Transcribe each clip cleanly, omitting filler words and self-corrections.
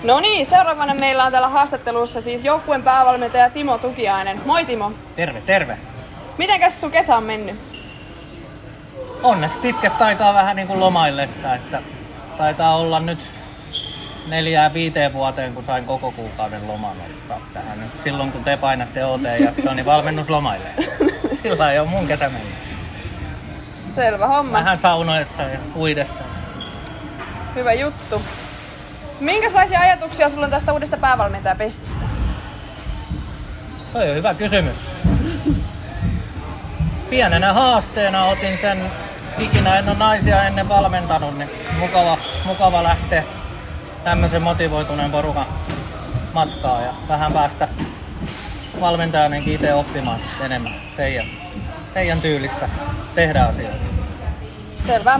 No niin, seuraavana meillä on täällä haastattelussa siis joukkueen päävalmentaja Timo Tukiainen. Moi Timo. Terve, terve. Mitenkäs sun kesä on mennyt? Onneksi pitkästä aikaa vähän niin kuin lomaillessa, että taitaa olla nyt 4-5 vuoteen, kun sain koko kuukauden loman ottaa tähän. Nyt silloin kun te painatte OT-jaksoa, niin valmennus lomailee. Sillä ei ole mun kesä mennyt. Selvä homma. Vähän saunoessa ja uidessa. Hyvä juttu. Minkälaisia ajatuksia sulla on tästä uudesta päävalmentajapestistä? Toi on hyvä kysymys. Pienenä haasteena otin sen, ikinä en ole naisia ennen valmentanut, niin mukava lähteä tämmöisen motivoituneen porukan matkaa ja vähän päästä valmentajanenkin itse oppimaan enemmän teidän tyylistä tehdä asioita. Selvä.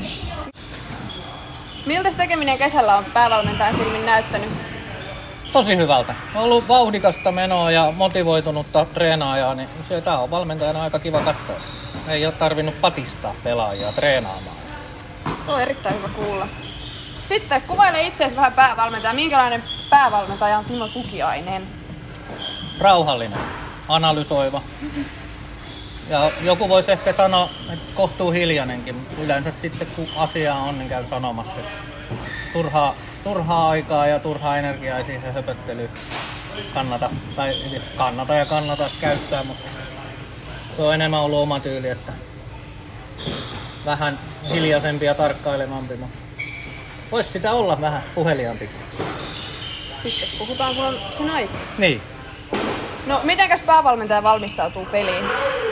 Miltä tekeminen kesällä on päävalmentajan silmin näyttänyt? Tosi hyvältä. On ollut vauhdikasta menoa ja motivoitunutta treenaajaa, niin tää on valmentajana aika kiva katsoa. Ei ole tarvinnut patistaa pelaajia treenaamaan. Se on erittäin hyvä kuulla. Sitten kuvaile itseäsi vähän päävalmentaja. Minkälainen päävalmentaja on Timo Tukiainen? Rauhallinen, analysoiva. Ja joku voisi ehkä sanoa, että kohtuu hiljainenkin. Yleensä sitten kun asiaa on, niin käy sanomassa. Turhaa aikaa ja turhaa energiaa ei siihen höpöttelyyn kannata käyttää, mutta se on enemmän ollut oma tyyli, että vähän hiljaisempi ja tarkkailevampi, mutta voisi sitä olla vähän puheliaampikin. Sitten puhutaan, kun on sen aika. Niin. No, mitenkäs päävalmentaja valmistautuu peliin?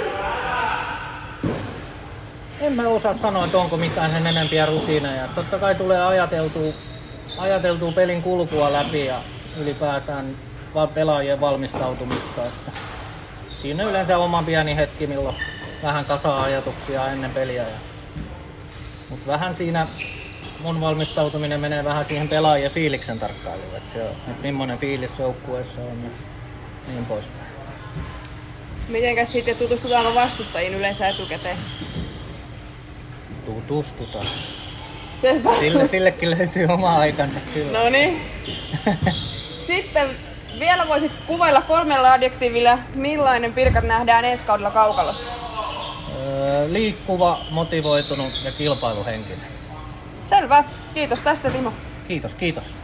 En mä osaa sanoa, että onko mitään sen enempiä rutiineja. Totta kai tulee ajateltua pelin kulkua läpi ja ylipäätään pelaajien valmistautumista. Että siinä yleensä oma pieni hetki, milloin vähän kasaa ajatuksia ennen peliä. Mutta vähän siinä mun valmistautuminen menee vähän siihen pelaajien fiiliksen tarkkailuun. Että millainen fiilis joukkueessa on ja niin poispäin. Mitenkäs sitten tutustutaanko vastustajiin yleensä etukäteen? Tutustutaan. Selvä. Sillekin löytyy oma aikansa kyllä. No niin. Sitten vielä voisit kuvailla 3 adjektiivilla, millainen Pirkat nähdään ensi kaudella Kaukalossa? Liikkuva, motivoitunut ja kilpailuhenkinen. Selvä. Kiitos tästä Timo. Kiitos.